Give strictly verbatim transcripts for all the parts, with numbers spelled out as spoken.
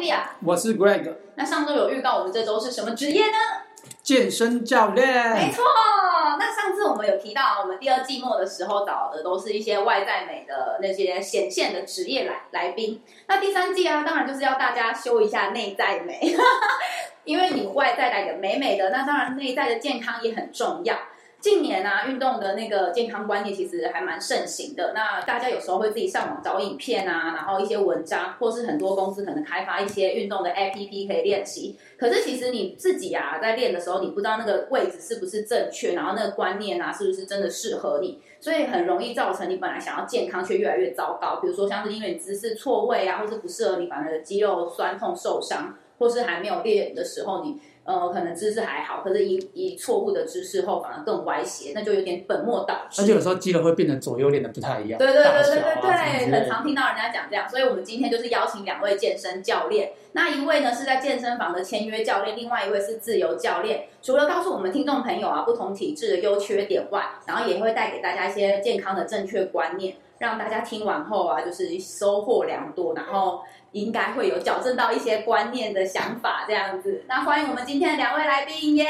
Olivia， 我是 Greg。 那上周有预告我们这周是什么职业呢？ 健身教练。 没错。那上次我们有提到，我们第二季末的时候找的都是一些外在美的那些显现的职业来来宾。那第三季啊，当然就是要大家修一下内在美，因为你外在来的美美的，那当然内在的健康也很重要。近年啊，运动的那个健康观念其实还蛮盛行的。那大家有时候会自己上网找影片啊，然后一些文章，或是很多公司可能开发一些运动的 A P P 可以练习。可是其实你自己啊，在练的时候，你不知道那个位置是不是正确，然后那个观念啊，是不是真的适合你，所以很容易造成你本来想要健康却越来越糟糕。比如说像是因为你姿势错位啊，或是不适合你，反而的肌肉酸痛受伤，或是还没有练的时候你。呃，可能姿势还好，可是以以错误的姿势后反而更歪斜，那就有点本末倒置。 而且有时候肌肉会变成左右练的不太一样。 对对对对对对， 啊、 很常听到人家讲这样，所以我们今天就是邀请两位健身教练，那一位呢是在健身房的签约教练，另外一位是自由教练。除了告诉我们听众朋友啊不同体质的优缺点外，然后也会带给大家一些健康的正确观念，让大家听完后啊就是收获良多，然后。应该会有矫正到一些观念的想法，这样子。那欢迎我们今天的两位来宾，耶！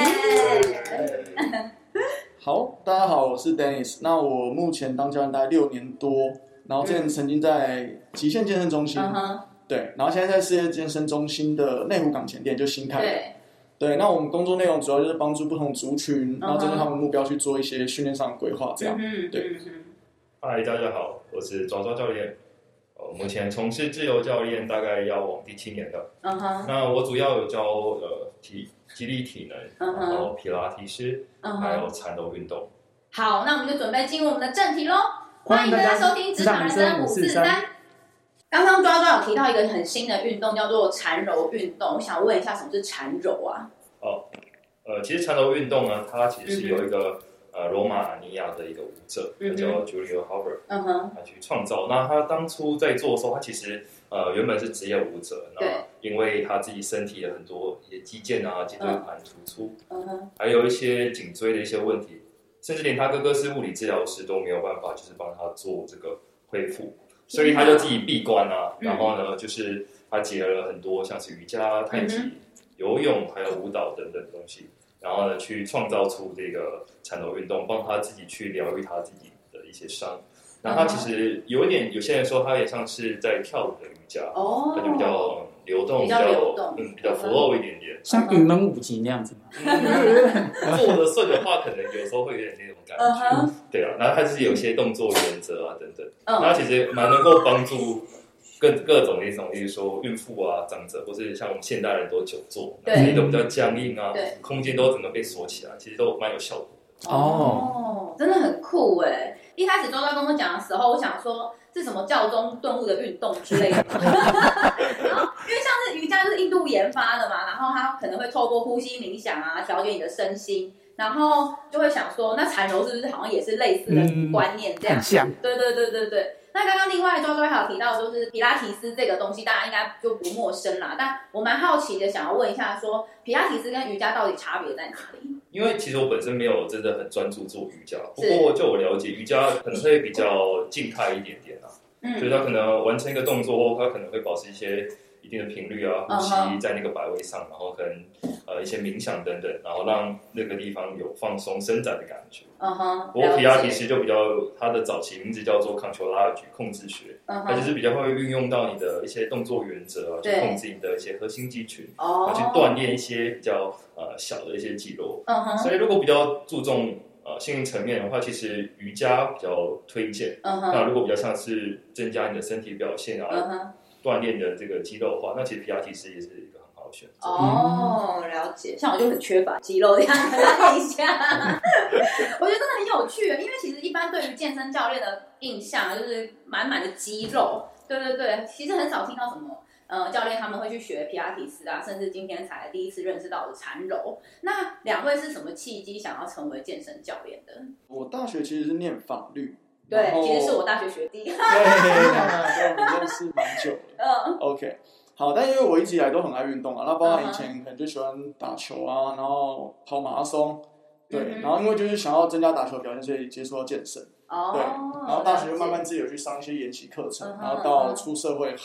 好，大家好，我是 Dennis。那我目前当教练大概六年多，然后之前曾经在极限健身中心，嗯、对，然后现在在世界健身中心的内湖港前店，就新开的。对，对，那我们工作内容主要就是帮助不同族群，然后针对他们的目标去做一些训练上的规划，这样。嗯、对。 嗨，大家好，我是抓抓教练。呃，目前从事自由教练大概要往第七年了。嗯哼。那我主要有教呃体肌力体能， uh-huh. 然后皮拉提斯， uh-huh. 还有缠斗运动。 好，那我们就准备进入我们的正题喽。欢迎大家收听《职场人生五四三》。刚刚抓抓有提到一个很新的运动，叫做缠柔运动。我想问一下，什么是缠柔啊？ 哦，呃，其实缠柔运动呢，它其实是有一个。嗯呃，罗马尼亚的一个舞者，他叫 Julia Hubbard， 嗯哼，他去创造。那他当初在做的时候，他其实呃原本是职业舞者，那因为他自己身体的很多一些肌腱啊、脊椎盘突出，嗯哼，还有一些颈椎的一些问题，甚至连他哥哥是物理治疗师都没有办法，就是帮他做这个恢复，所以他就自己闭关啊，然后呢，就是他结合了很多像是瑜伽、太极、游泳还有舞蹈等等东西。然后呢，去创造出这个缠柔运动，帮他自己去疗愈他自己的一些伤。然后他其实有一点，有些人说他也像是在跳舞的瑜伽，哦，他就比较、嗯、流动，比较流动，嗯，比较 flow 一点点， 像云门舞集那样子嘛。 嗯、做的顺的话，可能有时候会有点那种感觉。Uh-huh. 对啊，然后他就是有一些动作原则啊等等，那、uh-huh. 其实蛮能够帮助。各各种一种，例如说孕妇啊、长者，或是像我们现代人都久坐，身体都比较僵硬啊，空间都整个被锁起来，其实都蛮有效果的。 哦，真的很酷哎！一开始周周跟我讲的时候，我想说是什么教宗顿悟的运动之类的，然后因为像是瑜伽就是印度研发的嘛，然后它可能会透过呼吸冥想啊，调节你的身心。然后就会想说，那缠柔是不是好像也是类似的观念这样？ 嗯、很像。 对对对对对。那刚刚另外周周还有提到，就是皮拉提斯这个东西，大家应该就不陌生啦。但我蛮好奇的，想要问一下说，说皮拉提斯跟瑜伽到底差别在哪里？ 因为其实我本身没有真的很专注做瑜伽，不过就我了解，瑜伽可能会比较静态一点点啊，嗯，所以它可能完成一个动作后，它可能会保持一些。一定的频率啊，呼吸在那个摆位上， uh-huh. 然后可能呃一些冥想等等，然后让那个地方有放松伸展的感觉。嗯哼。不过皮拉提斯就比较，它的早期名字叫做 controlology 控制学，它、uh-huh. 就是比较会运用到你的一些动作原则啊，去控制你的一些核心肌群，哦，去锻炼一些比较呃小的一些肌肉。嗯哼。所以如果比较注重呃心灵层面的话，其实瑜伽比较推荐。嗯哼。那如果比较像是增加你的身体表现啊。嗯哼。锻炼的这个肌肉的话，那其实皮拉提斯也是一个很好的选择。 哦，了解。像我就很缺乏肌肉，这样拉一下，我觉得真的很有趣。因为其实一般对于健身教练的印象就是满满的肌肉，对对对，其实很少听到什么呃教练他们会去学皮拉提斯啊，甚至今天才第一次认识到的缠柔。那两位是什么契机想要成为健身教练的？ 我大学其实是念法律。 对，其实是我大学学弟。对， 我们认识蛮久的。嗯 ，OK， 好，但因为我一直以来都很爱运动啊，那包括以前可能就喜欢打球啊，然后跑马拉松，对，嗯、然后因为就是想要增加打球表现，所以接触到健身。哦，对，然后大学就慢慢自己有去上一些研习课程，然后到出社会后，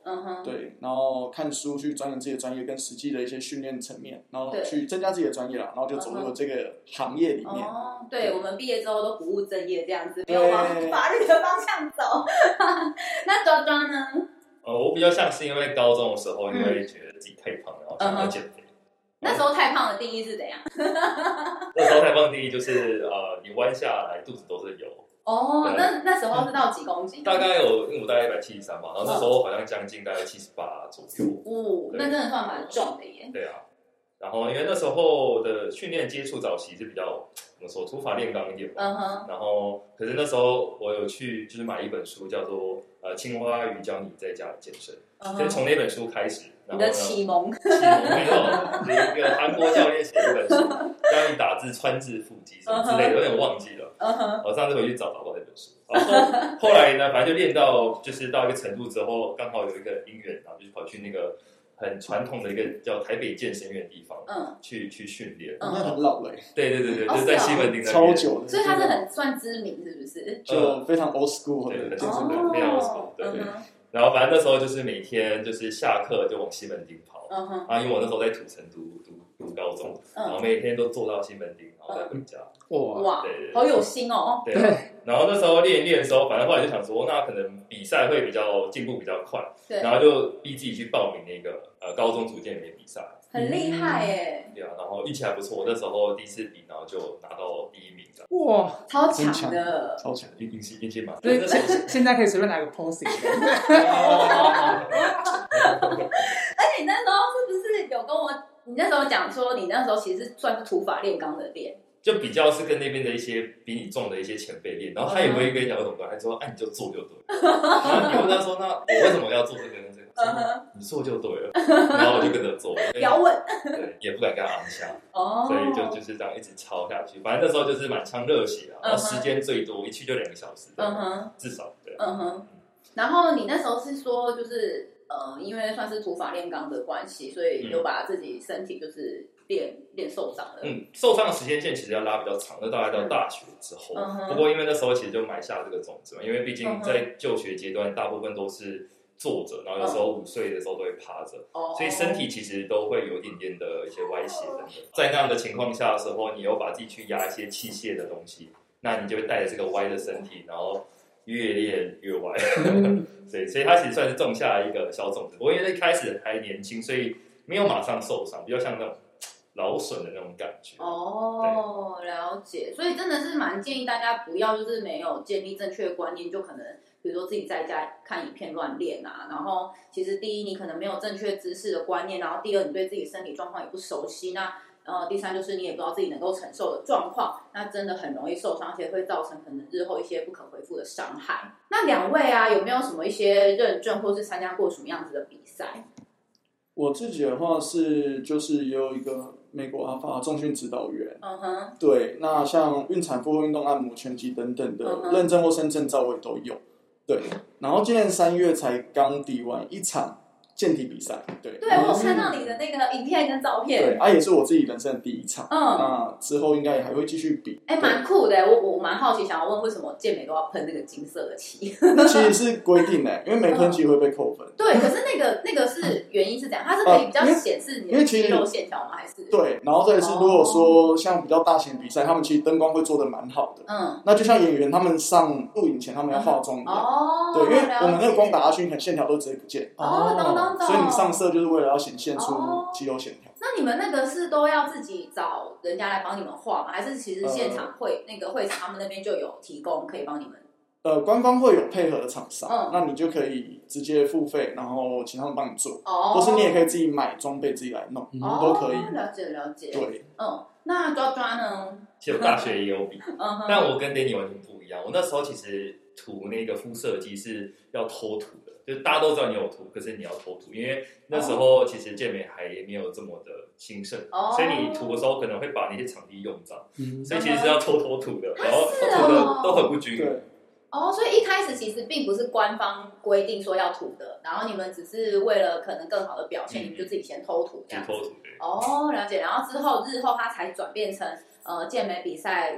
嗯哼，对，然后看书去钻研自己的专业跟实际的一些训练层面，然后去增加自己的专业啦，然后就走入了这个行业里面。 哦，对，我们毕业之后都不务正业这样子，没有往法律的方向走。那抓抓呢？ 呃，我比较像是因为高中的时候，因为觉得自己太胖，然后想要减肥。 那时候太胖的定义是怎样？ 那时候太胖的定义就是呃，你弯下来肚子都是油。 哦，那那时候是到几公斤？ 大概有，因为我大概一百七十三嘛，然后那时候好像将近大概七十八左右。 哦，那真的算蛮重的耶。 对啊，然后因为那时候的训练接触早期是比较怎么说，土法炼钢一点嘛。嗯哼。然后，可是那时候我有去就是买一本书，叫做呃《青蛙鱼教你在家里健身》，所以从那本书开始。 你的启蒙，启蒙没有，是一个韩国教练写的一本书，教你打字、川字、腹肌什么之类的，有点忘记了。我上次回去找找到那本书，然后后来呢，反正就练到就是到一个程度之后，刚好有一个因缘，然后就跑去那个很传统的一个叫台北健身院的地方，嗯，去去训练。 那很老了。 对对对对，就是在西门町那边， 超久的， 所以它是很算知名，是不是？ 就非常 old school 的健身馆，非常 old school，对对。然后反正那时候就是每天就是下课就往西门町跑，嗯哼，啊，因为我那时候在土城读读读高中，然后每天都坐到西门町，然后再回家。 哇，对对，好有心哦。 对，然后那时候练一练的时候，反正后来就想说，那可能比赛会比较进步比较快，对，然后就逼自己去报名那个呃高中组健美比赛， 很厉害耶。 对啊，然后运气还不错，那时候第一次比，然后就拿到第一名的。 哇， 超强的， 超强， 运气运气蛮。 对，现在可以随便拿个 posing。 而且你那时候是不是有跟我？你那时候讲说，你那时候其实是算是土法炼钢的练， 就比较是跟那边的一些比你重的一些前辈练，然后他也不会跟你讲怎么办，他说：“哎、啊，你就做就对。”然后你问他说：“那我为什么要做这个跟这个？”你做就对了，然后我就跟着做， 摇稳， 对，也不敢跟他昂下，哦，所以就就是这样一直抄下去。反正那时候就是满腔热血啊，然后时间最多一去就两个小时，嗯哼，至少对， 嗯哼。然后你那时候是说，就是呃，因为算是土法炼钢的关系，所以就把自己身体就是练练受伤了。 嗯，受伤的时间线其实要拉比较长，那大概到大学之后。嗯、不过因为那时候其实就埋下这个种子嘛，因为毕竟在就学阶段，大部分都是坐着，然后有时候午睡的时候都会趴着，哦、所以身体其实都会有一点点的一些歪斜等等。在那样的情况下的时候，你又把自己去压一些器械的东西，那你就会带着这个歪的身体，然后越练越歪。对，所以它其实算是种下一个小种子。不过因为一开始还年轻，所以没有马上受伤，比较像那种劳损的那种感觉。 哦，了解。所以真的是蛮建议大家不要就是没有建立正确的观念，就可能比如说自己在家看影片乱练啊。然后其实第一你可能没有正确知识的观念，然后第二你对自己身体状况也不熟悉，那呃第三就是你也不知道自己能够承受的状况，那真的很容易受伤，而且会造成可能日后一些不可恢复的伤害。那两位啊，有没有什么一些认证或是参加过什么样子的比赛？ 我自己的话是，就是也有一个美国阿法重训指导员，嗯哼，对，那像孕产、妇运动、按摩、拳击等等的认证或身证照我也都有，对，然后今年三月才刚比完一场健体比赛，对， 对我有看到你的那个影片跟照片， 对，啊也是我自己人生的第一场，嗯，那之后应该也还会继续比， 哎，蛮酷的，我我蛮好奇，想要问为什么健美都要喷那个金色的漆？ 那其实是规定的，因为没喷漆会被扣分。 对，可是那个那个是原因是怎样？它是可以比较显示你的肌肉线条吗？还是对，然后再是如果说像比较大型比赛，他们其实灯光会做的蛮好的，嗯，那就像演员他们上录影前他们要化妆一样，哦，对，因为我们那个光打下去，可能线条都直接不见， 哦，懂懂懂， 所以你上色就是为了要显现出肌肉线条。 那你们那个是都要自己找人家来帮你们画吗？还是其实现场会、呃、那个会场他们那边就有提供可以帮你们？ 呃，官方会有配合的厂商，嗯，那你就可以直接付费，然后请他们帮你做，哦，或是你也可以自己买装备自己来弄，哦，都可以。 了解了解。 对， 嗯，那抓抓呢？ 其实我大学也有比，嗯，但我跟 Danny 完全不一样。我那时候其实涂那个肤色肌是要偷涂的。就是大家都知道你有涂，可是你要偷涂，因为那时候其实健美还没有这么的兴盛，哦，所以你涂的时候可能会把那些场地用脏，嗯，所以其实是要偷偷涂的，然后涂的都很不均匀。 哦，所以一开始其实并不是官方规定说要涂的，然后你们只是为了可能更好的表现，嗯，你们就自己先偷涂这样子。 偷涂对。 哦，了解。然后之后日后它才转变成呃健美比赛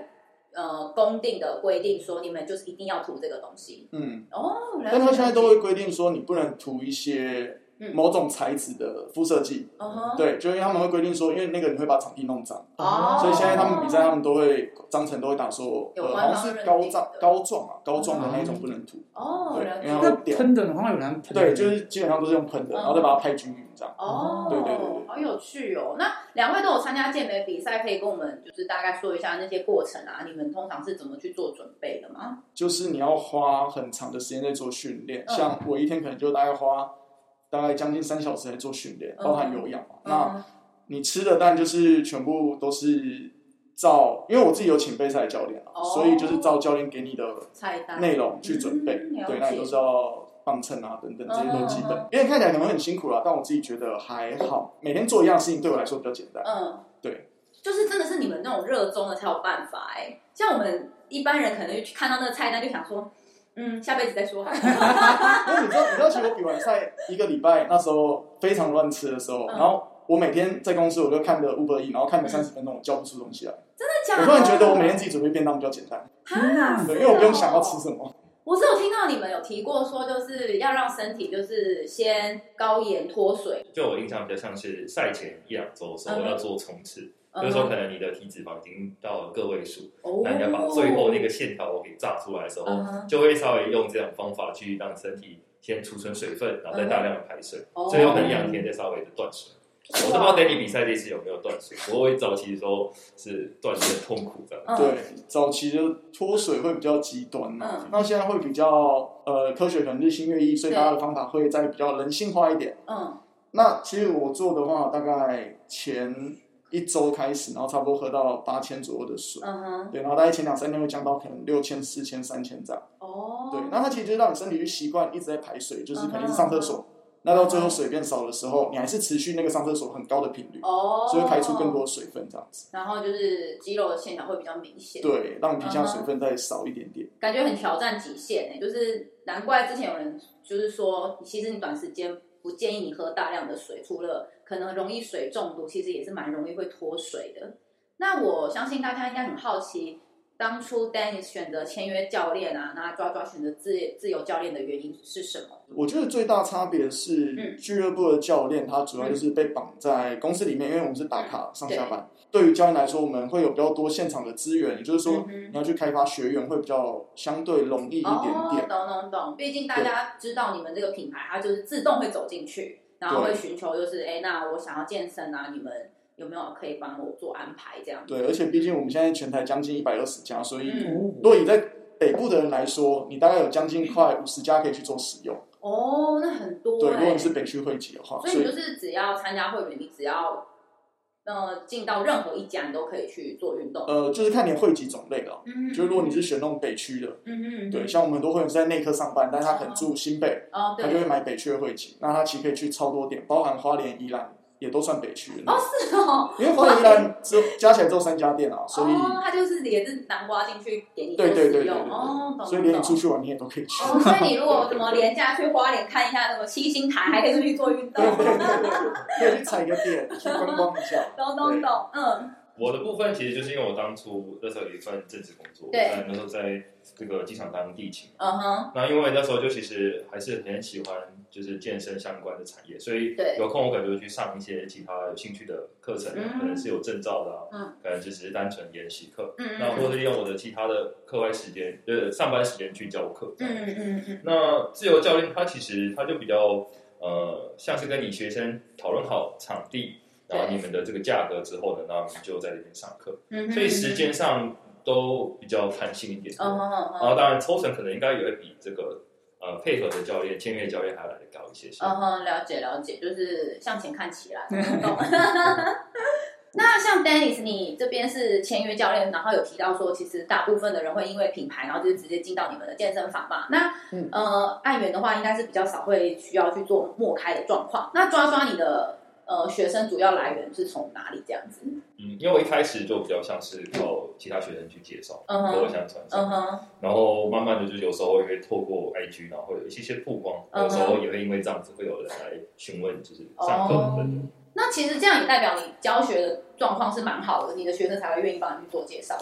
呃公定的规定说你们就是一定要涂这个东西。 嗯， 哦， 但他现在都会规定说你不能涂一些某种材质的肤色剂。嗯，对，就因为他们会规定说，因为那个你会把场地弄脏，哦，所以现在他们比赛他们都会章程都会打说，呃，好像是膏状膏状啊，膏状的那种不能涂。哦，对，因为它会掉。 喷的好像有人喷。 对，就是基本上都是用喷的，然后再把它拍均匀这样。 哦， 对对对对， 好有趣哦。那两位都有参加健美比赛，可以跟我们就是大概说一下那些过程啊？你们通常是怎么去做准备的吗？ 就是你要花很长的时间在做训练，嗯，像我一天可能就大概花大概将近三小时来做训练，包含有氧嘛。嗯，那你吃的当然就是全部都是照，因为我自己有请备赛教练，哦，所以就是照教练给你的菜单内容去准备。嗯，对，那你都是要磅秤啊等等，这些都基本。因为看起来可能很辛苦啦，但我自己觉得还好，每天做一样的事情对我来说比较简单。嗯，对， 就是真的是你们那种热衷的才有办法哎，欸。像我们一般人可能看到那个菜单就想说，嗯，下辈子再说。因为你知道，你知道，其实我比完赛一个礼拜，那时候非常乱吃的时候，嗯，然后我每天在公司我就看着 Uber Eats，然后看着三十分钟，我叫不出东西来。 真的假的？ 我突然觉得我每天自己准备便当比较简单。啊，对，因为我不用想要吃什么。 我是有听到你们有提过说，就是要让身体就是先高盐脱水。 就我印象比较像是赛前一两周的时候要做冲刺，有时候可能你的体脂肪已经到了个位数，哦，那你要把最后那个线条给炸出来的时候，嗯，就会稍微用这种方法去让身体先储存水分，然后再大量的排水，嗯，所以有可能两天再稍微的断水。我都不知道 Danny 比赛这次有没有断水，不过早期的时候是断的很痛苦的。 对，早期的脱水会比较极端嘛，嗯，那现在会比较呃科学，可能日新月异，所以大家的方法会再比较人性化一点。嗯，那其实我做的话，大概前一周开始，然后差不多喝到八千左右的水，嗯哼，对，然后大概前两三天会降到可能六千、四千、三千这样。哦，对，那它其实就是让你身体去习惯一直在排水，就是可能是上厕所。那到最后水变少的时候，你还是持续那个上厕所很高的频率，哦，所以排出更多水分这样子。 然后就是肌肉的线条会比较明显， 对，让你皮下水分再少一点点。 嗯，感觉很挑战极限欸，就是难怪之前有人就是说，其实你短时间不建议你喝大量的水，除了可能容易水中毒，其实也是蛮容易会脱水的。那我相信大家应该很好奇，当初 Dennis 选择签约教练啊，那抓抓选择自自由教练的原因是什么？ 我觉得最大差别是，嗯，俱乐部的教练他主要就是被绑在公司里面，嗯，因为我们是打卡上下班。对于教练来说，我们会有比较多现场的资源，也就是说，嗯，你要去开发学员会比较相对容易一点点。 哦，懂懂懂。毕竟大家知道你们这个品牌，它就是自动会走进去，然后会寻求就是，哎，那我想要健身啊，你们有没有可以帮我做安排这样子？ 对，而且毕竟我们现在全台将近一百二十家，所以，嗯，如果以在北部的人来说，你大概有将近快五十家可以去做使用。 哦，那很多欸。 对，如果你是北区会籍的话， 所以你就是只要参加会员，你只要呃进到任何一家，你都可以去做运动。 呃，就是看你会籍种类了。嗯，就如果你是选那种北区的，嗯嗯，对，像我们很多会员是在内科上班，但是他可能住新北，哦，他就会买北区的会籍，那他其实可以去超多点，包含花莲、宜兰。也都算北区的。 哦，是哦， 因为花莲宜兰只加起来只有三家店啊，所以哦，它就是也是南瓜进去给你做使用。对对对对对，哦，懂。 所以连你出去玩你也都可以去。 哦，所以你如果什么连假去花莲看一下什么七星台，还可以出去做运动。 对对对对，可以去踩个点，去观光一下。 懂懂懂，嗯。 我的部分其实就是因为我当初那时候有一份正职工作，对，那时候在这个机场当地勤，嗯哼，那因为那时候就其实还是很喜欢就是健身相关的产业，所以有空我可能就会去上一些其他有兴趣的课程，嗯，可能是有证照的啊，嗯，可能就只是单纯研习课，嗯，那或者利用我的其他的课外时间，就是上班时间去教课，嗯嗯嗯，那自由教练他其实他就比较呃像是跟你学生讨论好场地。然后你们的这个价格之后呢，那我们就在这边上课，嗯，所以时间上都比较弹性一点点。嗯嗯然后当然抽成可能应该也会比这个呃配合的教练、签约教练还要来的高一些些。 嗯哼，了解了解，就是向前看齐啦，懂。那像 Dennis 你这边是签约教练，然后有提到说，其实大部分的人会因为品牌，然后就是直接进到你们的健身房嘛。那、嗯、呃，案源的话，应该是比较少会需要去做默开的状况。那抓抓你的。呃，学生主要来源是从哪里这样子？ 嗯，因为我一开始就比较像是靠其他学生去介绍，嗯口耳相传，嗯哼，然后慢慢的就有时候也会透过 I G， 然后会有一些些曝光，嗯、有时候也会因为这样子会有人来询问，就是上课等等。哦、 那其实这样也代表你教学的状况是蛮好的，你的学生才会愿意帮你去做介绍吧？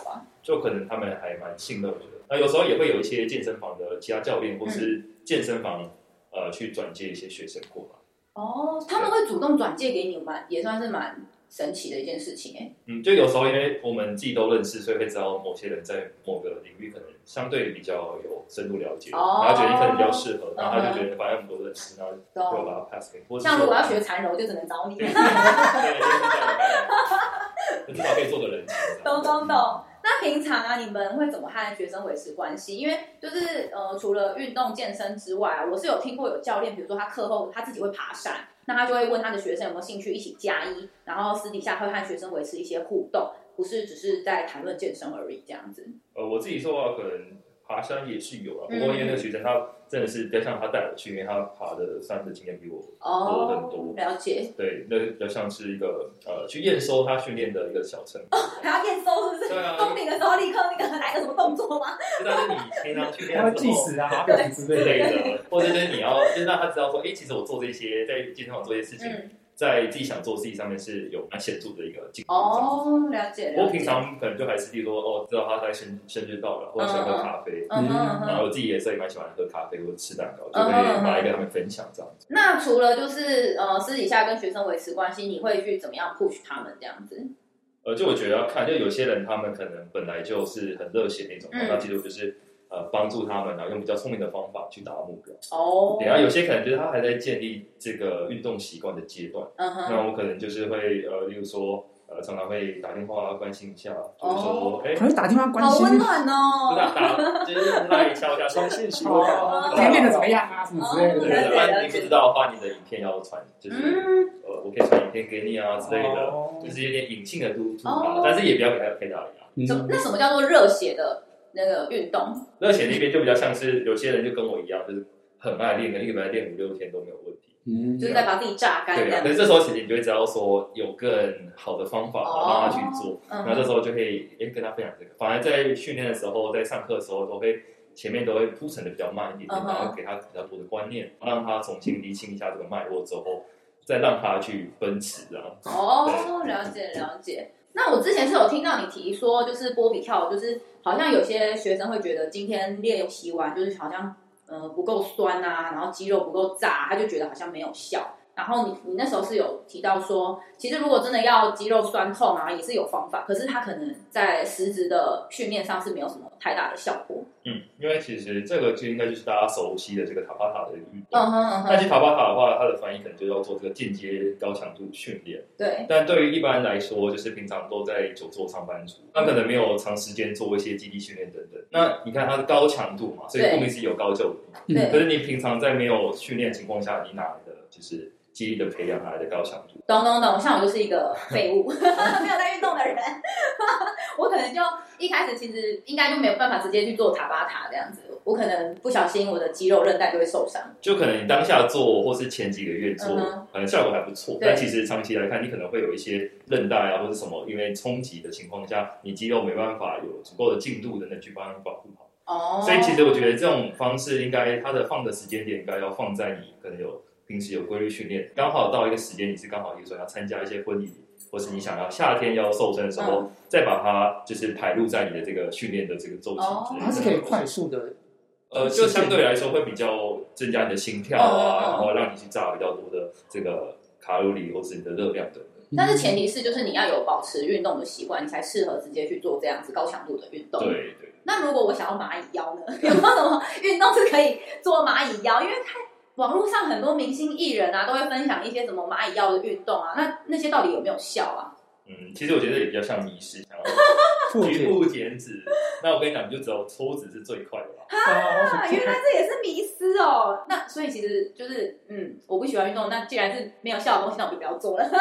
就可能他们还蛮信任我的。那有时候也会有一些健身房的其他教练或是健身房、嗯、呃去转介一些学生过来。 哦，他们会主动转介给你们，也算是蛮神奇的一件事情哎。 嗯，就有时候因为我们自己都认识，所以会知道某些人在某个领域可能相对比较有深入了解，哦、然后觉得你可能比较适合，然后他就觉得反正我们都认识，然后就把它 pass 给你。 像如果要学缠柔，就只能找你。对， 对，就是这样。至少可以做个人情。 懂懂懂。那平常啊，你们会怎么和学生维持关系？因为就是呃，除了运动健身之外啊，我是有听过有教练，比如说他课后他自己会爬山，那他就会问他的学生有没有兴趣一起加一，然后私底下会和学生维持一些互动，不是只是在谈论健身而已这样子。 呃，我自己说的话，可能爬山也是有啊，不过因为那个学生他真的是比较像他带我去，因为他爬的山的经验比我多很多。 哦，了解。 对，那比较像是一个呃去验收他训练的一个小成果。 哦，还要验收是不是？ 对啊。 公平的时候立刻那个来个什么动作吗？ 但是你平常训练的时候，他会计时啊， 对之类的，或者是你要就是让他知道说，哎，其实我做这些在健身房做这些事情。嗯，在自己想做的事情上面是有蛮显著的一个进步。 哦，了解。 我平常可能就还是，例如说，哦，知道他在生生日到了，或者喜欢喝咖啡，嗯嗯嗯、然后我自己也是也蛮喜欢喝咖啡或者吃蛋糕，就会拿来跟他们分享这样子。 那除了就是呃私底下跟学生维持关系，你会去怎么样 push 他们这样子？ 呃，就我觉得要看，就有些人他们可能本来就是很热血那种，嗯、那其实我就是呃帮助他们，然后用比较聪明的方法去达到目标。哦，然后有些可能就是他还在建立这个运动习惯的阶段，嗯哼，那我可能就是会呃，例如说。呃，常常会打电话关心一下，就是说，哎、 哦，还会打电话关心， 好温暖哦。 不是打，就是赖敲一下传讯息， 今天练的怎么样啊，什么之类的。 对对对，你不知道的话，你的影片要传，就是、嗯、呃，我可以传影片给你啊之类的，哦、就是有点隐性的督促他，哦、但是也不要给他有太大的压力。 那什么叫做热血的那个运动？ 热血那边就比较像是有些人就跟我一样，就是很爱练，一个礼拜练五六天都没有问题。 嗯，就是在把自己榨干。 对啊，可是这时候其实你就会知道说有更好的方法，哦、让他去做。然后这时候就可以哎跟他分享这个。反而在训练的时候，在上课的时候，都会前面都会铺陈的比较慢一点点，嗯、然后给他比较多的观念，让他重新理清一下这个脉络之后，再让他去奔驰这样。 哦，了解了解。那我之前是有听到你提说，就是波比跳，就是好像有些学生会觉得今天练习完，就是好像。呃，不够酸啊，然后肌肉不够炸，他就觉得好像没有效。然后你你那时候是有提到说，其实如果真的要肌肉酸痛啊，也是有方法，可是它可能在实质的训练上是没有什么太大的效果。 嗯，因为其实这个就应该就是大家熟悉的这个塔巴塔的运动。嗯哼嗯哼。但是塔巴塔的话，它的翻译可能就要做这个间接高强度训练。 对。 但对于一般来说，就是平常都在久坐上班族，他可能没有长时间做一些肌力训练等等。那你看它的高强度嘛，所以顾名思义有高就低。对。可是你平常在没有训练的情况下，你哪来的就是肌力的培养来的高强度？ 懂懂懂，像我就是一个废物，没有在运动的人，我可能就一开始其实应该就没有办法直接去做塔巴塔这样子，我可能不小心我的肌肉韧带就会受伤。 就可能你当下做或是前几个月做，嗯、可能效果还不错，但其实长期来看，你可能会有一些韧带啊或者什么，因为冲击的情况下，你肌肉没办法有足够的进度的能去帮你保护好。哦，所以其实我觉得这种方式应该它的放的时间点应该要放在你可能有平时有规律训练，刚好到一个时间你是刚好比如说要参加一些婚礼，或是你想要夏天要瘦身的时候，嗯、再把它就是排入在你的这个训练的这个周期之内， 它是可以快速的， 呃，就相对来说会比较增加你的心跳啊，嗯、然后让你去炸比较多的这个卡路里或是你的热量等等。 但是前提是就是你要有保持运动的习惯，你才适合直接去做这样子高强度的运动。 对对。 那如果我想要蚂蚁腰呢？有没有什么运动是可以做蚂蚁腰？因为太网络上很多明星艺人啊，都会分享一些什么蚂蚁腰的运动啊，那那些到底有没有效啊？ 嗯，其实我觉得也比较像迷失，想要局部减脂。那我跟你讲，你就只有抽脂是最快的吧？ 啊，原来这也是迷思哦。那所以其实就是，嗯，我不喜欢运动，那既然是没有效的东西，那我就不要做了。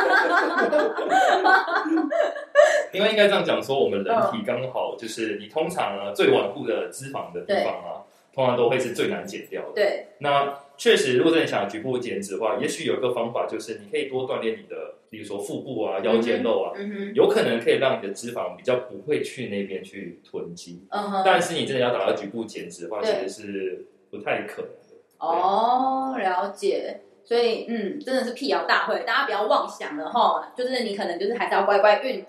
因为应该这样讲说，我们人体刚好就是你通常呢最顽固的脂肪的地方啊，通常都会是最难减掉的。 对， 那确实，如果真的想局部减脂的话，也许有一个方法就是你可以多锻炼你的，比如说腹部啊、腰间肉啊，嗯、有可能可以让你的脂肪比较不会去那边去囤积。嗯、但是你真的要达到局部减脂的话，其实是不太可能的。 哦，了解。所以，嗯，真的是辟谣大会，大家不要妄想了哈，就是你可能就是还是要乖乖运动，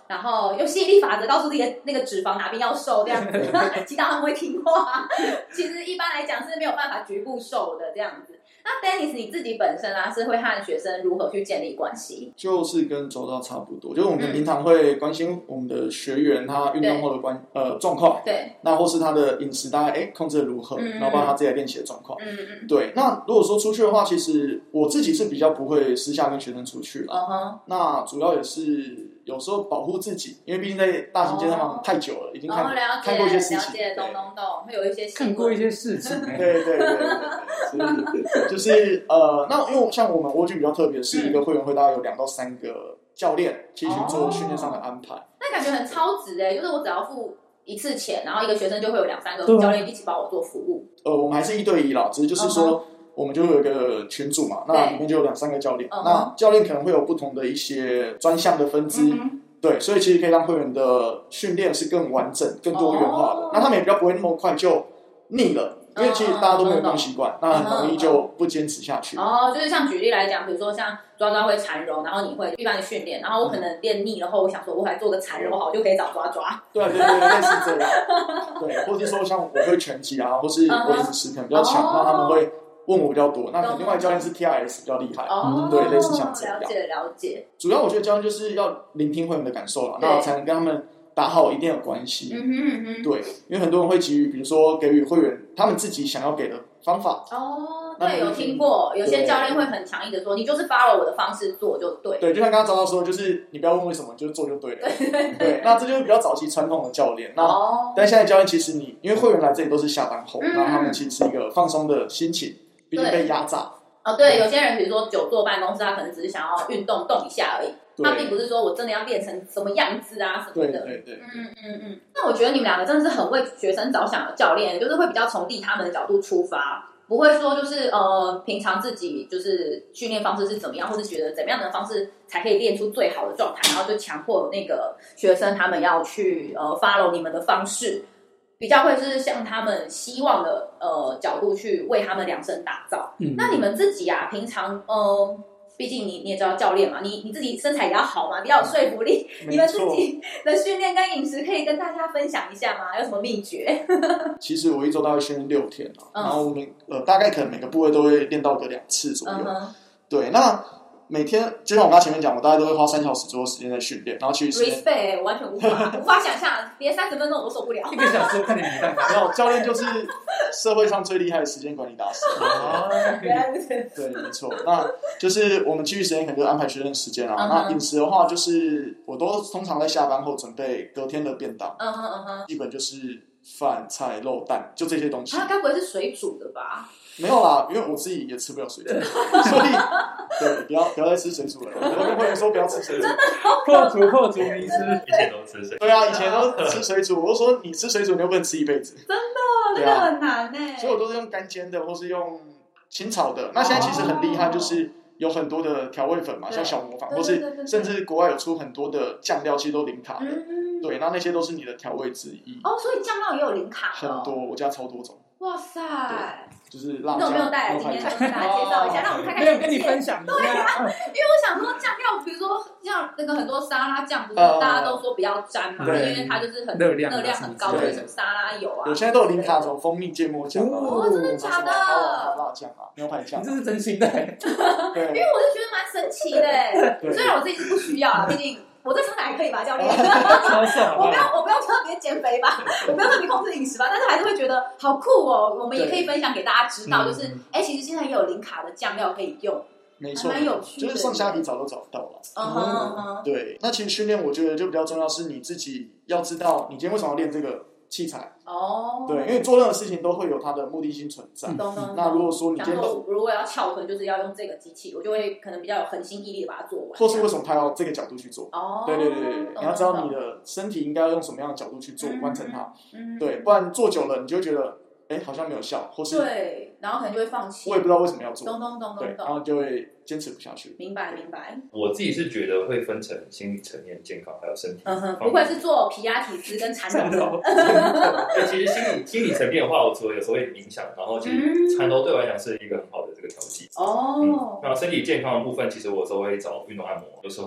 然后用吸引力法则告诉自己的那个脂肪哪边要瘦这样子，祈祷他们会听话。其实一般来讲是没有办法局部瘦的这样子。那 Dennis 你自己本身啊，是会和学生如何去建立关系？ 就是跟周遭差不多，就是我们平常会关心我们的学员他运动后的关呃状况， 对， 那或是他的饮食大概哎控制的如何，嗯、然后帮他自己来练习的状况， 嗯嗯， 对。那如果说出去的话，其实我自己是比较不会私下跟学生出去了，嗯哼，那主要也是。有时候保护自己，因为毕竟在大型健身房太久了，已经看、 哦、了解看过一些事情， 了解，懂懂懂，会有一些看过一些事情， 对对对对，对就是呃，那因为像我们蜗居比较特别，是一个会员会大概有两到三个教练，其实去做训练上的安排。 那感觉很超值哎，就是我只要付一次钱，然后一个学生就会有两三个教练一起帮我做服务。 呃，我们还是一对一啦，只是就是说。Uh-huh.我们就会有一个群组嘛，那里面就有两三个教练，那教练可能会有不同的一些专项的分支，嗯、对，所以其实可以让会员的训练是更完整、更多元化的。哦、那他们也比较不会那么快就腻了，因为其实大家都没有那种习惯，嗯、那很容易就不坚持下去。 哦，就是像举例来讲，比如说像抓抓会缠柔，然后你会一般的训练，然后我可能练腻了后，我想说我来做个缠柔好，我就可以找抓抓。 对对对，类似这样。对，或者说像我会拳击啊，或是我饮食可能比较强，那、哦、他们会。问我比较多，那可能另外教练是 T R S 比较厉害， 哦、 对，类似像这样。 了解了解。 主要我觉得教练就是要聆听会员的感受啦，那才能跟他们打好一定的关系。嗯哼嗯哼。对，因为很多人会急于，比如说给予会员他们自己想要给的方法。 哦，对，有听过，有些教练会很强硬的说，你就是 follow 我的方式做就对。 对，就像刚刚昭昭说，就是你不要问为什么，就是做就对了。对对对。那这就是比较早期传统的教练。那、哦、但现在教练其实你，因为会员来这里都是下班后，嗯、那他们其实是一个放松的心情。毕竟被压榨哦，对，有些人比如说久坐办公室，他可能只是想要运动动一下而已，他并不是说我真的要练成什么样子啊什么的。 对对对， 嗯嗯嗯。那我觉得你们两个真的是很为学生着想的教练，就是会比较从利他们的角度出发，不会说就是呃平常自己就是训练方式是怎么样，或是觉得怎么样的方式才可以练出最好的状态，然后就强迫那个学生他们要去呃 follow 你们的方式。比较会是像他们希望的呃角度去为他们量身打造。嗯，那你们自己啊，平常呃，毕竟你你也知道教练嘛，你你自己身材也要好嘛，比较有说服力。你们自己的训练跟饮食可以跟大家分享一下吗？有什么秘诀？其实我一周大概训练六天啊，嗯、然后我们呃大概可能每个部位都会练到个两次左右。嗯、对，那。每天就像我刚才前面讲，我大概都会花三小时左右时间在训练，然后其实 respect 完全无法无法想象，连三十分钟我都受不了。 一个小时看你没办法。 没有，教练就是社会上最厉害的时间管理大师。 啊，原来如此。 对，没错。那就是我们其余时间可能就安排学生时间啊。Uh-huh. 那饮食的话，就是我都通常在下班后准备隔天的便当。嗯哼嗯哼。基本就是饭、菜、肉、蛋，就这些东西。 啊，该不会是水煮的吧？ 没有啦，因为我自己也吃不了水煮，所以对，不要不要再吃水煮了。我跟会员说不要吃水煮， 破除破除迷思。 以前都吃水煮， 对啊，以前都吃水煮。我就说你吃水煮，你又不能吃一辈子。 真的，这个很难哎。 所以我都是用干煎的，或是用清炒的。那现在其实很厉害，就是有很多的调味粉嘛，像小磨坊，或是甚至国外有出很多的酱料，其实都零卡的。对，那那些都是你的调味之一。 哦，所以酱料也有零卡。 很多，我家超多种。 哇塞！ 就是辣酱。 你有没有带来今天跟大家介绍一下，让我们看看。 没有跟你分享一下。 对啊，因为我想说酱料，比如说像那个很多沙拉酱，不是大家都说不要沾嘛，因为它就是很热量热量很高的什么沙拉油啊。 我现在都有零卡，什么蜂蜜芥末酱啊， 哦，真的假的？ 辣酱啊，牛排酱。 这是真心的。 对，因为我就觉得蛮神奇的，虽然我自己是不需要啊，毕竟。我这身材还可以吧，教练？我不要，我不要特别减肥吧，我不要特别控制饮食吧，但是还是会觉得好酷哦。我们也可以分享给大家知道，就是哎、嗯，其实现在也有零卡的酱料可以用， 没错， 蛮有趣的， 就是上虾皮找都找得到了。嗯哼嗯哼，对。那其实训练，我觉得就比较重要，是你自己要知道，你今天为什么要练这个器材。哦，对，因为做任何事情都会有它的目的性存在。嗯、那如果说你今天都如果要翘臀，就是要用这个机器，我就会可能比较有恒心毅力的把它做完。 或是为什么他要这个角度去做？哦，对对对对，你要知道你的身体应该要用什么样的角度去做、嗯、完成它。嗯，对，不然做久了你就会觉得，哎，好像没有效，或是对，然后可能就会放弃。 我也不知道为什么要做， 咚咚咚咚咚， 然后就会坚持不下去。 明白明白。 我自己是觉得会分成心理层面、健康还有身体。 嗯哼，不会是做皮拉提斯跟缠柔。 对，其实心理心理层面的话，我除了有时候会影响，然后其实缠柔对我来讲是一个很好的这个调剂。哦、嗯。那身体健康的部分，其实我有时候会找运动按摩，有时候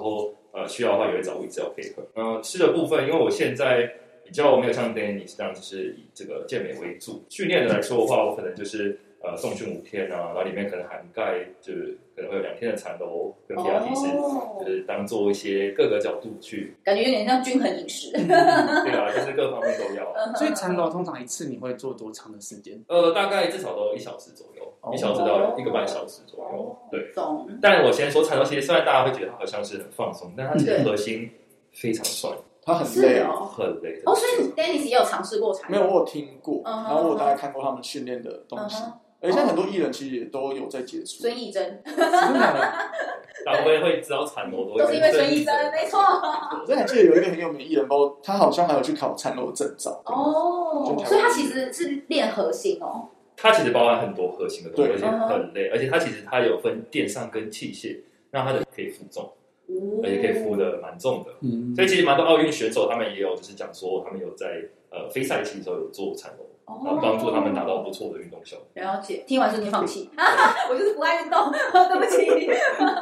呃需要的话也会找物理治疗配合。呃，吃的部分，因为我现在比较没有像 Dennis 这样，就是以这个健美为主。训练的来说的话，我可能就是呃重训五天啊，然后里面可能涵盖就是可能会有两天的缠柔跟皮拉提斯，就是当做一些各个角度去， 感觉有点像均衡饮食。 对啊，就是各方面都要。 所以缠柔通常一次你会做多长的时间？ 呃，大概至少都一小时左右，一、oh. 小时到一个半小时左右。 Oh. 对， 懂。 但我先说缠柔，其实虽然大家会觉得它好像是很放松，但它其实核心非常酸。 它很累， 哦、 很累。 哦，所以 Dennis 也有尝试过缠柔？ 没有，我有听过， uh-huh. 然后我大概看过他们训练的东西。Uh-huh. 而且现在很多艺人其实也都有在接触。 孙艺珍， 真的， 大部分会知道缠柔都是因为孙艺珍，没错。 我之前记得有一个很有名艺人，包他好像还有去考缠柔证照。 哦，所以他其实是练核心哦。 它其实包含很多核心的东西，而且很累，而且它其实它有分电上跟器械，让它的可以负重。而且可以负的蛮重的，嗯，所以其实蛮多奥运选手他们也有就是讲说，他们有在呃非赛期的时候有做缠柔，哦，然后帮助他们达到不错的运动效果。 了解，听完瞬间放弃，我就是不爱运动，对不起。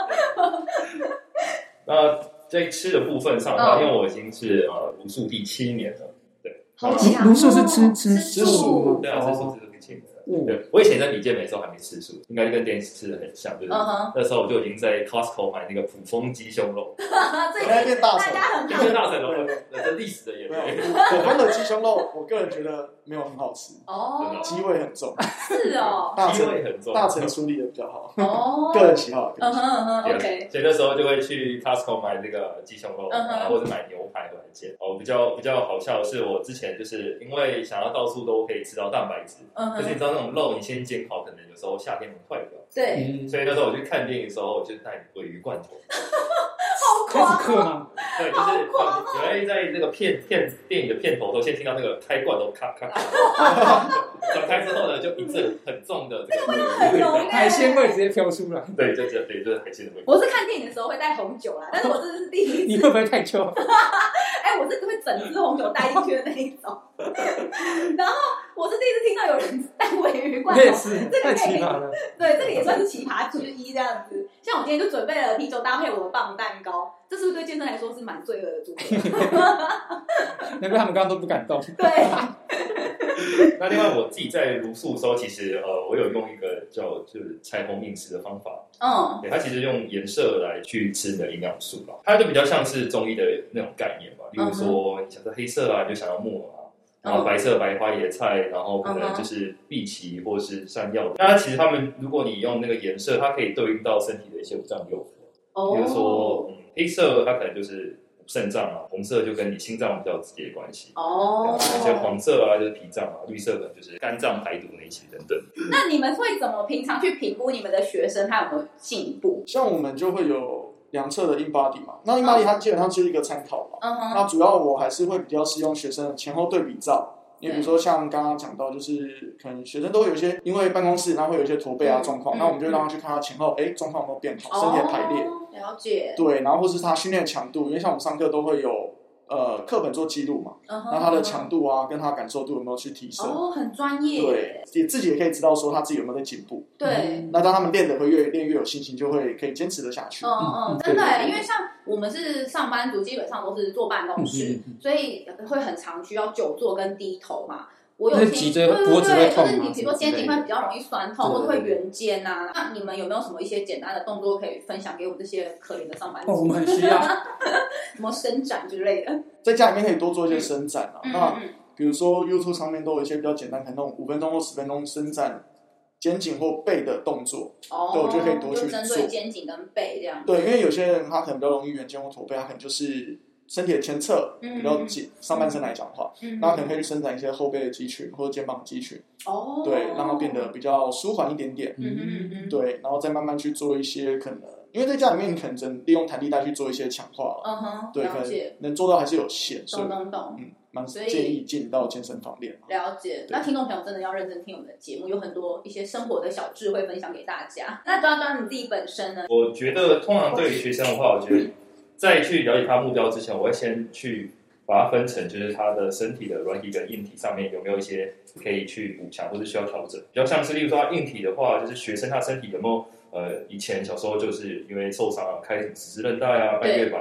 那在吃的部分上的话，因为我已经是呃茹素第七年了，对， 好强， 茹素是吃吃吃素， 对啊，吃素吃素第七年了。对，我以前在比健美的时候还没吃素，应该跟电视吃的很像，就是、uh-huh. 那时候我就已经在 Costco 买那个普丰鸡胸肉， 最近变大成， 变大成了，这历史的眼泪。 普丰的鸡胸肉，我个人觉得没有很好吃，哦，鸡味很重， 是哦， 鸡味很重， 大成处理的比较好， 哦， 个人喜好， 嗯哼嗯哼 ，OK。 所以那时候就会去 Costco 买这个鸡胸肉，然后或者买牛排回来煎。哦，比较比较好笑的是，我之前就是因为想要到处都可以吃到蛋白质，可是你知道那种肉，你先煎好，可能有时候夏天会坏掉。 对， 所以那时候我去看电影的时候，我就带鲔鱼罐头。 好狂！ 开始嗑吗？ 对，就是原来在那个片片电影的片头都先听到那个开罐头咔咔咔，转开之后呢，就一阵很重的这个味道， 很浓， 海鲜味直接飘出来。 对，这这对，就是海鲜的味道。 我是看电影的时候会带红酒啦，但是我这是第一次。 你会不会太臭？ 哎，我是会整支红酒带进去的那一种。然后我是第一次听到有人带鲔鱼罐头， 这个太奇葩了。 对，这个也算是奇葩之一这样子。像我今天就准备了啤酒搭配我的棒蛋糕，这是不是对健身来说是蛮罪恶的组合？ 难怪他们刚刚都不敢动。 对。 那另外我自己在茹素的时候，其实呃，我有用一个叫就是彩虹饮食的方法。嗯，对，它其实用颜色来去吃你的营养素吧，它就比较像是中医的那种概念吧。例如说，你想说黑色啊，你就想要木耳啊。然后白色白花椰菜，然后可能就是荸荠或是山药。那、uh-huh. 其实他们，如果你用那个颜色，它可以对应到身体的一些五脏六腑。Oh. 比如说、嗯，黑色它可能就是肾脏啊，红色就跟你心脏比较直接的关系。哦、oh. ，而且黄色啊就是脾脏啊，绿色可能就是肝脏排毒那些等等。 那你们会怎么平常去评估你们的学生他有没有进步？ 像我们就会有量测的 InBody 嘛，那 InBody 它基本上就是一个参考嘛。Uh-huh. 那主要我还是会比较适用学生的前后对比照。你比如说像刚刚讲到，就是可能学生都会有一些因为办公室，然后会有一些驼背啊状况、嗯，那我们就让他去看他前后，哎，状况有没有变好，身体的排列， 了解。 对，然后或是他训练强度，因为像我们上课都会有呃课本做记录嘛，那、uh-huh, 他的强度啊，跟他感受度有没有去提升？ 哦，很专业。 对，也自己也可以知道说他自己有没有在进步。 对、 嗯，那当他们练的会越练越有信心，就会可以坚持的下去。 嗯嗯，真的，因为像我们是上班族，基本上都是坐办公室，嗯、所以会很常需要久坐跟低头嘛。我有听，对对对，就是你比如说肩颈会比较容易酸痛，或者会圆肩啊。那你们有没有什么一些简单的动作可以分享给我们这些可怜的上班族？ 哦，我们很需要， 什么伸展之类的， 在家里面可以多做一些伸展啊。嗯、那比如说 YouTube 上面都有一些比较简单，可能那种五分钟或十分钟伸展肩颈或背的动作，哦，对，我觉得可以多去做。就针对肩颈跟背这样。 对，因为有些人他可能比较容易圆肩或驼背，他可能就是身体的前侧比较紧、嗯，上半身来讲的话，嗯、那可能可以去伸展一些后背的肌群或者肩膀的肌群，哦，对，让它变得比较舒缓一点点，嗯嗯，对，然后再慢慢去做一些可能，因为在家里面你可能只能利用弹力带去做一些强化了，嗯哼，对，可能能做到还是有限， 懂懂懂， 嗯，蛮建议进到健身房练。 了解，那听众朋友真的要认真听我们的节目，有很多一些生活的小智慧分享给大家。那抓抓你自己本身呢？ 我觉得通常对于学生的话，我觉得。在去了解他目标之前，我会先去把它分成，就是他的身体的软体跟硬体上面有没有一些可以去补强或者需要调整。比较像是，例如说他硬体的话，就是学生他身体有没有呃以前小时候就是因为受伤啊，开什么十字韧带啊、半月板，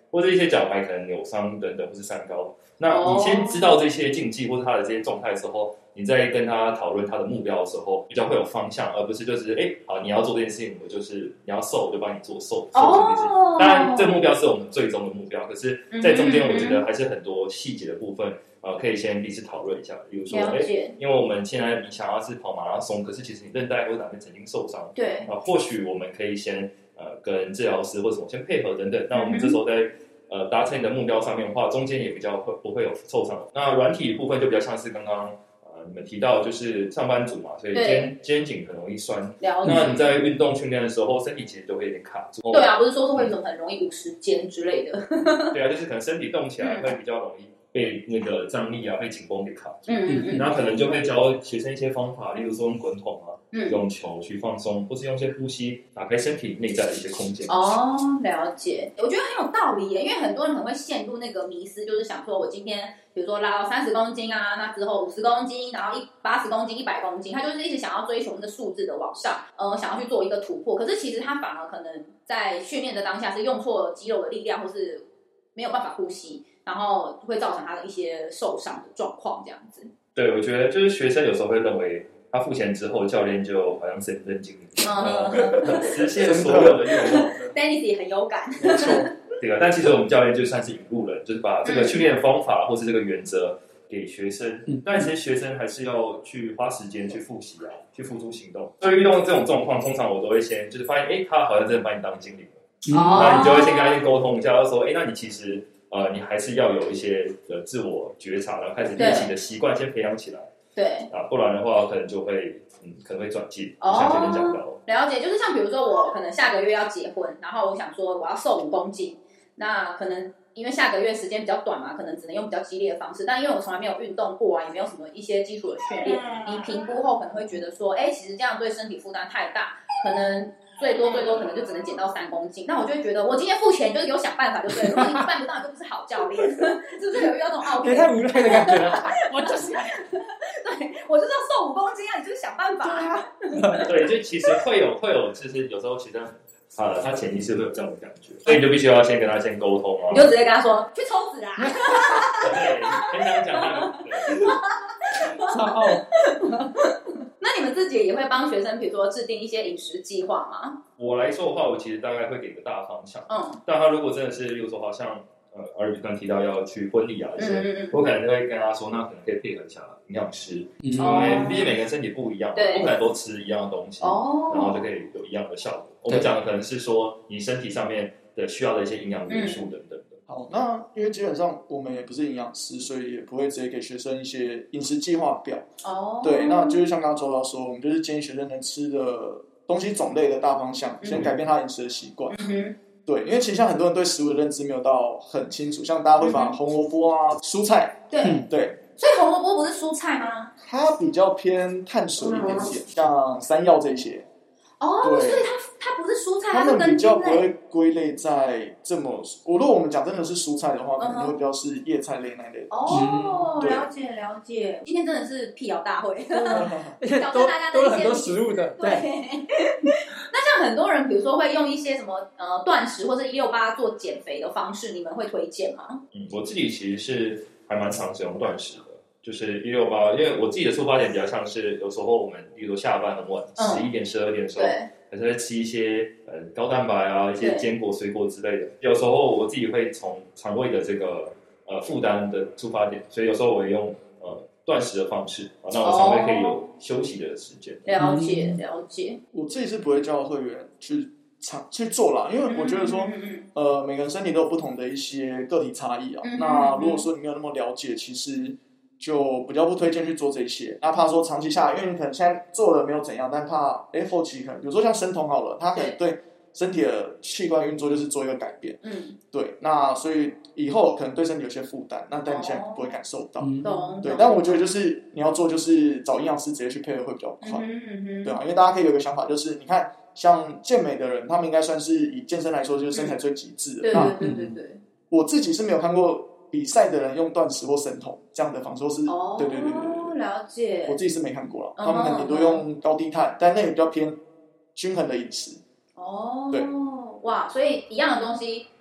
或者一些脚踝可能扭伤等等，或是三高。那你先知道这些禁忌或是他的这些状态的时候，你在跟他讨论他的目标的时候，比较会有方向，而不是就是哎，好，你要做这件事情，我就是你要瘦，我就帮你做瘦瘦这件事情。当然，这个目标是我们最终的目标，可是在中间，我觉得还是很多细节的部分，呃，可以先彼此讨论一下。比如说，哎，因为我们现在你想要是跑马拉松，可是其实你韧带或者哪边曾经受伤， 对， 啊、呃，或许我们可以先呃跟治疗师或者什么先配合等等，那我们这时候在。呃，达成你的目标上面的话，中间也比较会不会有受伤。那软体部分就比较像是刚刚呃你们提到，就是上班族嘛，所以肩肩颈很容易酸。那你在运动训练的时候，身体其实都会有点卡住。 对啊，不是说是会有一种很容易五十肩之类的。 对啊，就是可能身体动起来会比较容易被那个张力啊、被紧绷给卡住。 嗯嗯嗯。 然后可能就会教学生一些方法，例如说用滚筒啊。嗯、用球去放松，或是用一些呼吸打开身体内在的一些空间。 哦，了解，我觉得很有道理耶，因为很多人可能会陷入那个迷思，就是想说我今天比如说拉到三十公斤啊，那之后五十公斤，然后一八十公斤、一百公斤，他就是一直想要追求那个数字的往上，呃，想要去做一个突破。可是其实他反而可能在训练的当下是用错肌肉的力量，或是没有办法呼吸，然后会造成他的一些受伤的状况，这样子。 对，我觉得就是学生有时候会认为。他付钱之后，教练就好像神灯精灵，呃，实现所有的愿望。 Dennis 也很有感， 没错，对啊。但其实我们教练就算是引路人，就是把这个训练方法或是这个原则给学生。嗯、但其实学生还是要去花时间去复习啊，去付诸行动。所以遇到这种状况，通常我都会先就是发现，哎，他好像真的把你当精灵了，哦、那你就会先跟他先沟通一下，说，哎，那你其实呃，你还是要有一些呃自我觉察，然后开始练习的习惯先培养起来。 对啊，不然的话可能就会嗯，可能会转进。哦，像前面讲到， 了解，就是像比如说我可能下个月要结婚，然后我想说我要瘦五公斤，那可能因为下个月时间比较短嘛，可能只能用比较激烈的方式，但因为我从来没有运动过啊，也没有什么一些基础的训练，你评估后可能会觉得说，哎，其实这样对身体负担太大，可能。最多最多可能就只能减到三公斤，那我就会觉得我今天付钱就是给我想办法就对了。如果你办不到，你就不是好教练，是不是有遇到这种奥？ 也太无奈的感觉了。我就是要， 对我就是要瘦五公斤啊，你就是想办法啊。 对，就其实会有会有，就是有时候其实他他潜意识会有这样的感觉，所以你就必须要先跟他先沟通啊。 你就直接跟他说去抽脂啊。 对，很想讲那个。 超傲。 那你们自己也会帮学生，比如说制定一些饮食计划吗？ 我来说的话，我其实大概会给个大方向。嗯，但他如果真的是，比如说好像呃，而刚提到要去婚礼啊一些，嗯嗯嗯我可能就会跟他说，那可能可以配合一下营养师，嗯、因为毕竟每个人身体不一样，不可能都吃一样的东西，哦、然后就可以有一样的效果。我们讲的可能是说你身体上面的需要的一些营养元素等等。嗯好，那因为基本上我们也不是营养师，所以也不会直接给学生一些饮食计划表。哦，对，那就是像刚刚周导说，我们就是建议学生能吃的东西种类的大方向，先改变他饮食的习惯。嗯、对，因为其实像很多人对食物的认知没有到很清楚，像大家会把红萝卜啊、蔬菜， 对、 嗯、对， 所以红萝卜不是蔬菜吗？ 它比较偏碳水一点点，像山药这些。 哦，所以它它不是蔬菜， 它们比较不会归类在这么。如果我们讲真的是蔬菜的话，可能会比较是叶菜类那类的。 哦，了解了解。今天真的是辟谣大会，挑战大家的多了很多食物的。对。 那像很多人，比如说会用一些什么呃断食或者一六八做减肥的方式，你们会推荐吗？ 嗯，我自己其实是还蛮常使用断食的。就是一六八，因为我自己的出发点比较像是，有时候我们比如说下班很晚，十一点、十二点的时候，还是会吃一些呃高蛋白啊、一些坚果、水果之类的。有时候我自己会从肠胃的这个呃负担的出发点，所以有时候我会用呃断食的方式，啊，那我肠胃可以有休息的时间。 了解了解。 我自己是不会叫会员去尝去做啦，因为我觉得说，嗯、呃，每个人身体都有不同的一些个体差异啊。嗯、那如果说你没有那么了解，其实。就比较不推荐去做这些，那怕说长期下来，因为你可能现在做了没有怎样，但怕哎后期可能，比如说像生酮好了，它可能对身体的器官运作就是做一个改变，嗯，对，那所以以后可能对身体有些负担，那但你现在不会感受到， 哦、 对，但我觉得就是你要做，就是找营养师直接去配合会比较快，嗯嗯嗯对啊，因为大家可以有个想法，就是你看像健美的人，他们应该算是以健身来说，就是身材最极致的， 嗯、那对对对对对， 我自己是没有看过。比赛的人用断食或生酮这样的方式，或是、哦、对对对对对， 了解。 我自己是没看过了，嗯、他们可能都用高低碳，嗯、但那也比较偏均衡的饮食。 哦，对，哇，所以一样的东西，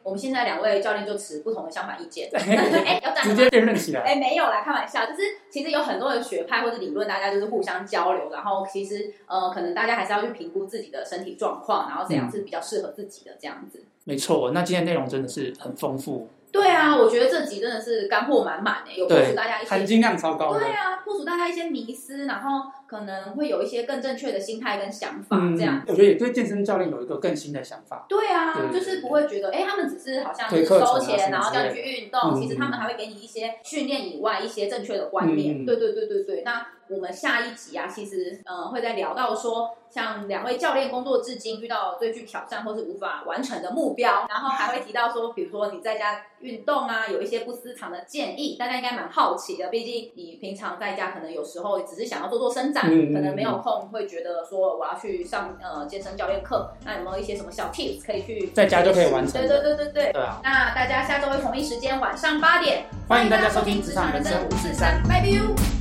我们现在两位教练就持不同的相反意见，哎，要直接辩论起来。 哎，没有啦，开玩笑，就是其实有很多的学派或者理论，大家就是互相交流，然后其实呃，可能大家还是要去评估自己的身体状况，然后怎样是比较适合自己的这样子。 没错，那今天内容真的是很丰富。 对啊，我觉得这集真的是干货满满诶，有破除大家一些含金量超高的。 对啊，破除大家一些迷思，然后可能会有一些更正确的心态跟想法，嗯、这样。 我觉得也对健身教练有一个更新的想法。 对啊，对对对，就是不会觉得，哎，他们只是好像是收钱，然后叫你去运动，嗯、其实他们还会给你一些训练以外一些正确的观念。嗯、对对对对对，那。我们下一集啊，其实呃会再聊到说，像两位教练工作至今遇到最具挑战或是无法完成的目标，然后还会提到说，比如说你在家运动啊，有一些不私藏的建议，大家应该蛮好奇的。毕竟你平常在家可能有时候只是想要做做伸展，嗯、可能没有空，会觉得说我要去上呃健身教练课，那有没有一些什么小 tips 可以去在家就可以完成？ 对对对对对。 对啊。 那大家下周同一时间晚上八点， 欢迎大家收听《职场人生五四三》， 拜拜。